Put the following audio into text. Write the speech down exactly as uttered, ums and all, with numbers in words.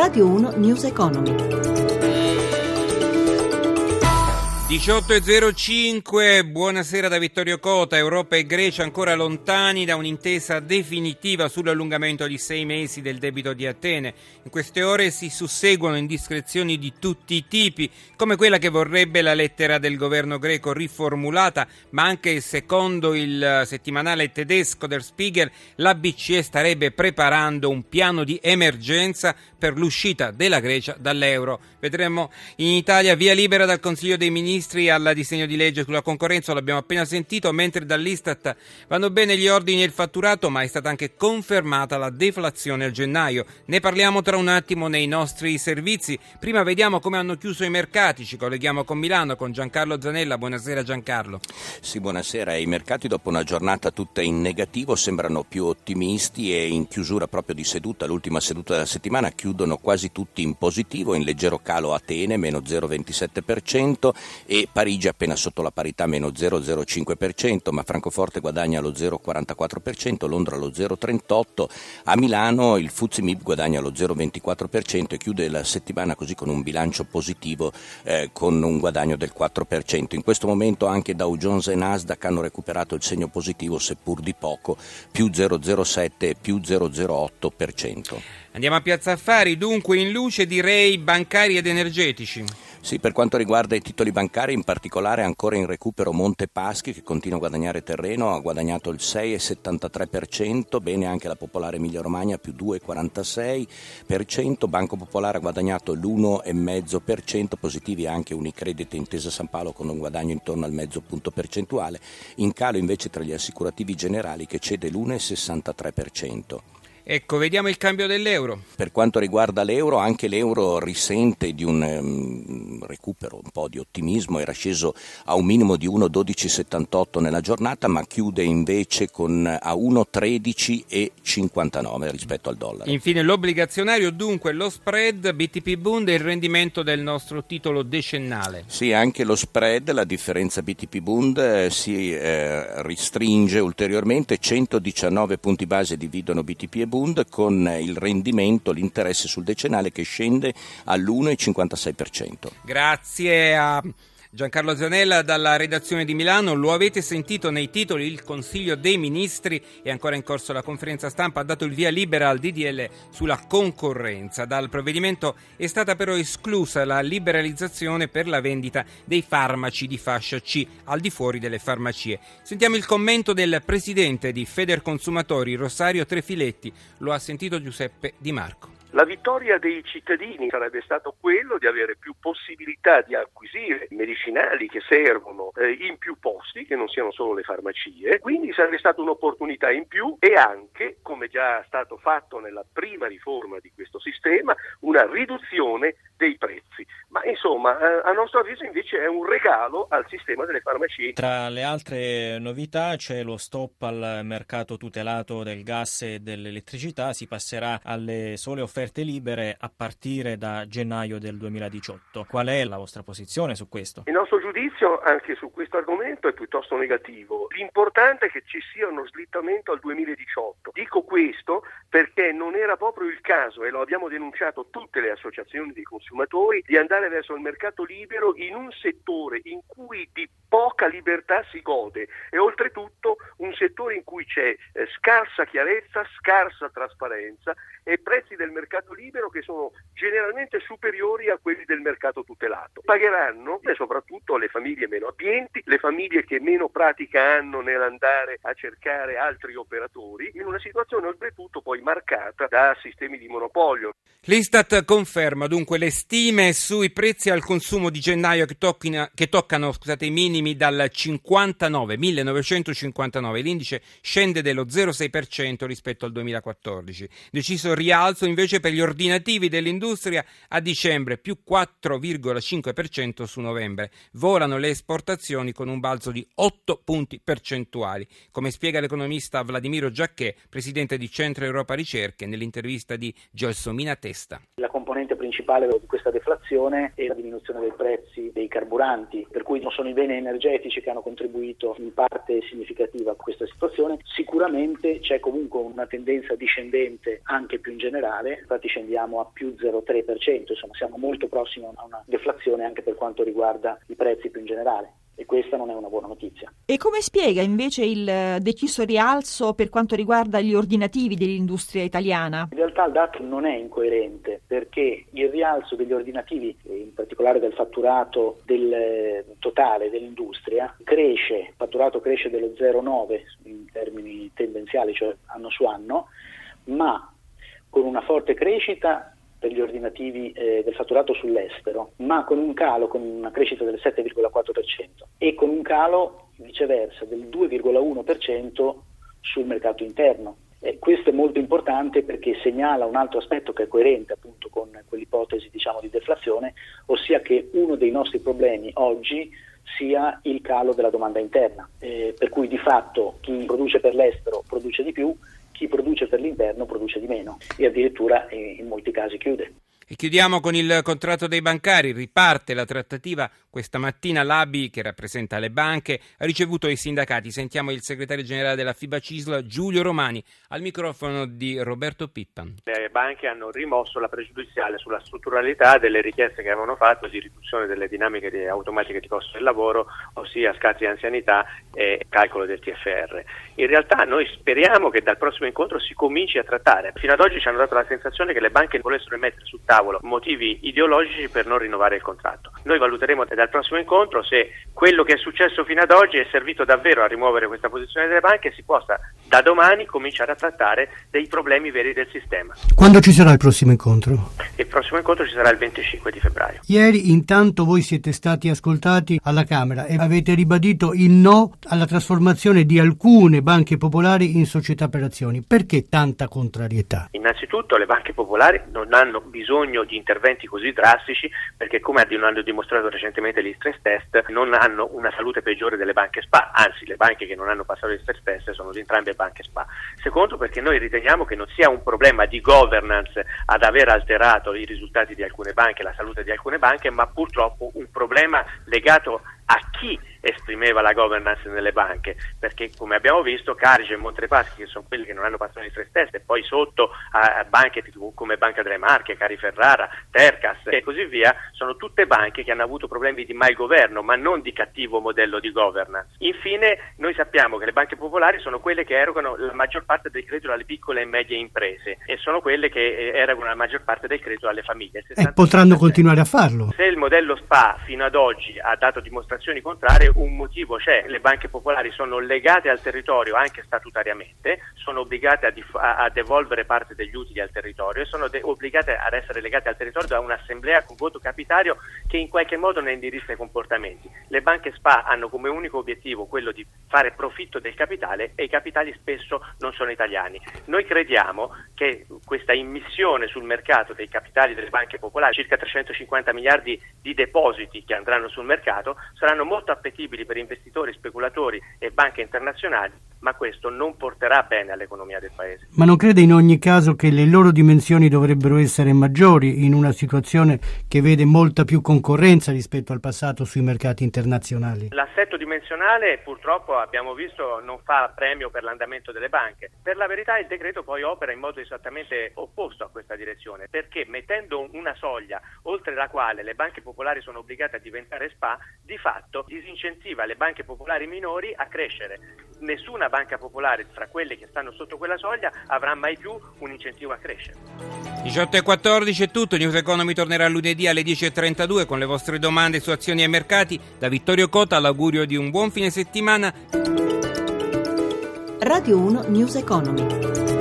Radio uno News Economy. diciotto e zero cinque, buonasera da Vittorio Cota. Europa e Grecia ancora lontani da un'intesa definitiva sull'allungamento di sei mesi del debito di Atene. In queste ore si susseguono indiscrezioni di tutti i tipi, come quella che vorrebbe la lettera del governo greco riformulata, ma anche secondo il settimanale tedesco Der Spiegel la B C E starebbe preparando un piano di emergenza per l'uscita della Grecia dall'euro. Vedremo in Italia via libera dal Consiglio dei Ministri al disegno di legge sulla concorrenza, l'abbiamo appena sentito, mentre dall'Istat vanno bene gli ordini e il fatturato, ma è stata anche confermata la deflazione a gennaio. Ne parliamo tra un attimo nei nostri servizi. Prima vediamo come hanno chiuso i mercati. Ci colleghiamo con Milano con Giancarlo Zanella. Buonasera Giancarlo. Sì, buonasera. I mercati dopo una giornata tutta in negativo sembrano più ottimisti e in chiusura proprio di seduta, l'ultima seduta della settimana, chiudono quasi tutti in positivo, in leggero calo Atene meno zero virgola ventisette per cento e Parigi appena sotto la parità meno zero virgola zero cinque per cento, ma Francoforte guadagna lo zero virgola quarantaquattro per cento, Londra lo zero virgola trentotto per cento, a Milano il F T S E M I B guadagna lo zero virgola ventiquattro per cento e chiude la settimana così con un bilancio positivo eh, con un guadagno del quattro per cento. In questo momento anche Dow Jones e Nasdaq hanno recuperato il segno positivo, seppur di poco, più zero virgola zero sette e più zero virgola zero otto per cento. Andiamo a Piazza Affari, dunque in luce direi bancari ed energetici. Sì, per quanto riguarda i titoli bancari, in particolare ancora in recupero Monte Paschi, che continua a guadagnare terreno, ha guadagnato il sei virgola settantatré per cento, bene anche la Popolare Emilia Romagna più due virgola quarantasei per cento, Banco Popolare ha guadagnato l'uno virgola cinque per cento, positivi anche Unicredit e Intesa San Paolo con un guadagno intorno al mezzo punto percentuale, in calo invece tra gli assicurativi generali che cede l'uno virgola sessantatré per cento. Ecco, vediamo il cambio dell'euro. Per quanto riguarda l'euro, anche l'euro risente di un um, recupero, un po' di ottimismo, era sceso a un minimo di uno virgola dodici settantotto nella giornata, ma chiude invece con a uno virgola tredici cinquantanove rispetto al dollaro. Infine l'obbligazionario, dunque lo spread, B T P Bund e il rendimento del nostro titolo decennale. Sì, anche lo spread, la differenza B T P Bund eh, si eh, ristringe ulteriormente, centodiciannove punti base dividono B T P e Bund, con il rendimento, l'interesse sul decennale che scende all'uno virgola cinquantasei per cento. Grazie a Giancarlo Zanella dalla redazione di Milano. Lo avete sentito nei titoli, il Consiglio dei Ministri è ancora in corso la conferenza stampa, ha dato il via libera al D D L sulla concorrenza. Dal provvedimento è stata però esclusa la liberalizzazione per la vendita dei farmaci di fascia C al di fuori delle farmacie. Sentiamo il commento del presidente di Federconsumatori, Rosario Trefiletti. Lo ha sentito Giuseppe Di Marco. La vittoria dei cittadini sarebbe stato quello di avere più possibilità di acquisire medicinali che servono eh, in più posti, che non siano solo le farmacie, quindi sarebbe stata un'opportunità in più e anche, come già stato fatto nella prima riforma di questo sistema, una riduzione dei prezzi. Ma insomma, eh, a nostro avviso invece è un regalo al sistema delle farmacie. Tra le altre novità c'è lo stop al mercato tutelato del gas e dell'elettricità, si passerà alle sole offerte libere a partire da gennaio del duemiladiciotto. Qual è la vostra posizione su questo? Il nostro giudizio anche su questo argomento è piuttosto negativo. L'importante è che ci sia uno slittamento al duemiladiciotto. Dico questo perché non era proprio il caso, e lo abbiamo denunciato tutte le associazioni dei consumatori, di andare verso il mercato libero in un settore in cui di poca libertà si gode e oltretutto un settore in cui c'è eh, scarsa chiarezza, scarsa trasparenza e prezzi del mercato libero che sono generalmente superiori a quelli del mercato tutelato. Pagheranno e soprattutto le famiglie meno abbienti, le famiglie che meno pratica hanno nell'andare a cercare altri operatori, in una situazione oltretutto poi marcata da sistemi di monopolio. L'Istat conferma dunque le stime sui prezzi al consumo di gennaio che, tocchina, che toccano scusate, i minimi dal cinquantanove, millenovecentocinquantanove. L'indice scende dello zero virgola sei per cento rispetto al duemilaquattordici. Deciso rialzo invece per gli ordinativi dell'industria a dicembre, più quattro virgola cinque per cento su novembre. Volano le esportazioni con un balzo di otto punti percentuali, come spiega l'economista Vladimiro Giacché, presidente di Centro Europa Ricerche, nell'intervista di Gelsomina Testa. La componente principale di questa deflazione inflazione e la diminuzione dei prezzi dei carburanti, per cui non sono i beni energetici che hanno contribuito in parte significativa a questa situazione. Sicuramente c'è comunque una tendenza discendente anche più in generale, infatti scendiamo a più zero virgola tre per cento, insomma siamo molto prossimi a una deflazione anche per quanto riguarda i prezzi più in generale. E questa non è una buona notizia. E come spiega invece il deciso rialzo per quanto riguarda gli ordinativi dell'industria italiana? In realtà il dato non è incoerente, perché il rialzo degli ordinativi, in particolare del fatturato del totale dell'industria, cresce, il fatturato cresce dello zero virgola nove in termini tendenziali, cioè anno su anno, ma con una forte crescita per gli ordinativi eh, del fatturato sull'estero, ma con un calo, con una crescita del sette virgola quattro per cento e con un calo viceversa del due virgola uno per cento sul mercato interno. E questo è molto importante perché segnala un altro aspetto che è coerente appunto con quell'ipotesi diciamo di deflazione, ossia che uno dei nostri problemi oggi sia il calo della domanda interna, eh, per cui di fatto chi produce per l'estero produce di più, chi produce per l'interno produce di meno e addirittura eh, in molti casi chiude. E chiudiamo con il contratto dei bancari. Riparte la trattativa questa mattina. L'A B I, che rappresenta le banche, ha ricevuto i sindacati. Sentiamo il segretario generale della FIBA-CISL, Giulio Romani, al microfono di Roberto Pippan. Le banche hanno rimosso la pregiudiziale sulla strutturalità delle richieste che avevano fatto di riduzione delle dinamiche di automatiche di costo del lavoro, ossia scatti di anzianità e calcolo del T F R. In realtà noi speriamo che dal prossimo incontro si cominci a trattare. Fino ad oggi ci hanno dato la sensazione che le banche volessero mettere sul tavolo motivi ideologici per non rinnovare il contratto. Noi valuteremo dal prossimo incontro se quello che è successo fino ad oggi è servito davvero a rimuovere questa posizione delle banche e si possa da domani cominciare a trattare dei problemi veri del sistema. Quando ci sarà il prossimo incontro? Il prossimo incontro ci sarà il venticinque di febbraio. Ieri intanto voi siete stati ascoltati alla Camera e avete ribadito il no alla trasformazione di alcune banche popolari in società per azioni. Perché tanta contrarietà? Innanzitutto le banche popolari non hanno bisogno di interventi così drastici perché, come hanno dimostrato recentemente gli stress test, non hanno una salute peggiore delle banche S P A, anzi le banche che non hanno passato gli stress test sono entrambe banche S P A. Secondo, perché noi riteniamo che non sia un problema di governance ad aver alterato i risultati di alcune banche, la salute di alcune banche, ma purtroppo un problema legato a chi esprimeva la governance nelle banche, perché come abbiamo visto Carige e Montrepaschi, che sono quelli che non hanno passato gli stress test, e poi sotto a banche come Banca delle Marche, Cariferrara, Tercas e così via, sono tutte banche che hanno avuto problemi di malgoverno, ma non di cattivo modello di governance. Infine noi sappiamo che le banche popolari sono quelle che erogano la maggior parte del credito alle piccole e medie imprese e sono quelle che erogano la maggior parte del credito alle famiglie. E potranno continuare a farlo. Se il modello S P A fino ad oggi ha dato dimostrazioni contrarie, un motivo c'è: le banche popolari sono legate al territorio anche statutariamente, sono obbligate a, dif- a devolvere parte degli utili al territorio e sono de- obbligate ad essere legate al territorio da un'assemblea con voto capitario che in qualche modo ne indirizza i comportamenti. Le banche S P A hanno come unico obiettivo quello di fare profitto del capitale e i capitali spesso non sono italiani. Noi crediamo che questa immissione sul mercato dei capitali delle banche popolari, circa trecentocinquanta miliardi di depositi che andranno sul mercato, saranno molto appetibili per investitori, speculatori e banche internazionali, ma questo non porterà bene all'economia del paese. Ma non crede in ogni caso che le loro dimensioni dovrebbero essere maggiori in una situazione che vede molta più concorrenza rispetto al passato sui mercati internazionali? L'assetto dimensionale purtroppo abbiamo visto non fa premio per l'andamento delle banche. Per la verità il decreto poi opera in modo esattamente opposto a questa direzione, perché mettendo una soglia oltre la quale le banche popolari sono obbligate a diventare S P A, di fatto disincentiva le banche popolari minori a crescere. Nessuna banca popolare fra quelle che stanno sotto quella soglia avrà mai più un incentivo a crescere. diciotto e quattordici è tutto. News Economy tornerà lunedì alle dieci e trentadue con le vostre domande su azioni e mercati. Da Vittorio Cota l'augurio di un buon fine settimana. Radio uno News Economy.